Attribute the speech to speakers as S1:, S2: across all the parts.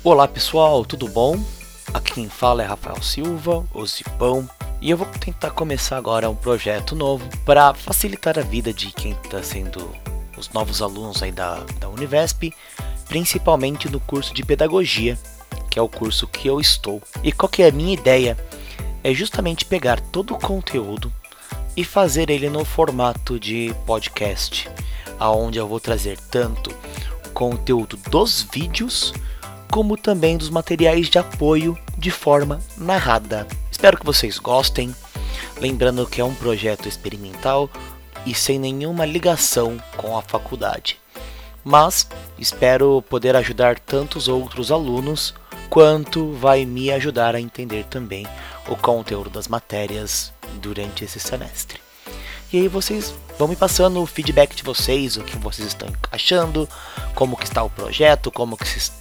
S1: Olá pessoal, tudo bom? Aqui quem fala é Rafael Silva, o Zipão, e eu vou tentar começar agora um projeto novo para facilitar a vida de quem está sendo os novos alunos aí da Univesp, principalmente no curso de Pedagogia, que é o curso que eu estou. E qual que é a minha ideia? É justamente pegar todo o conteúdo e fazer ele no formato de podcast, aonde eu vou trazer tanto o conteúdo dos vídeos como também dos materiais de apoio de forma narrada. Espero que vocês gostem, lembrando que é um projeto experimental e sem nenhuma ligação com a faculdade, mas espero poder ajudar tantos outros alunos quanto vai me ajudar a entender também o conteúdo das matérias durante esse semestre. E aí vocês vão me passando o feedback de vocês, o que vocês estão achando, como que está o projeto, como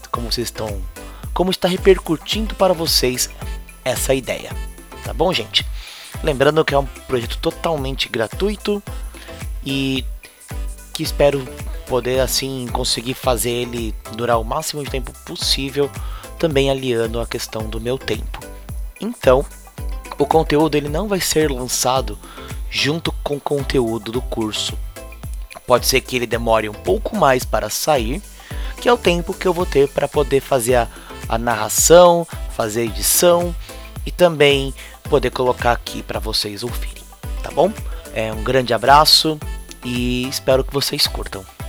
S1: está repercutindo para vocês essa ideia. Tá bom, gente? Lembrando que é um projeto totalmente gratuito e que espero poder assim conseguir fazer ele durar o máximo de tempo possível, também aliando a questão do meu tempo. Então, o conteúdo ele não vai ser lançado junto com o conteúdo do curso. Pode ser que ele demore um pouco mais para sair, que é o tempo que eu vou ter para poder fazer a narração, fazer a edição e também poder colocar aqui para vocês ouvirem, tá bom? Um grande abraço e espero que vocês curtam.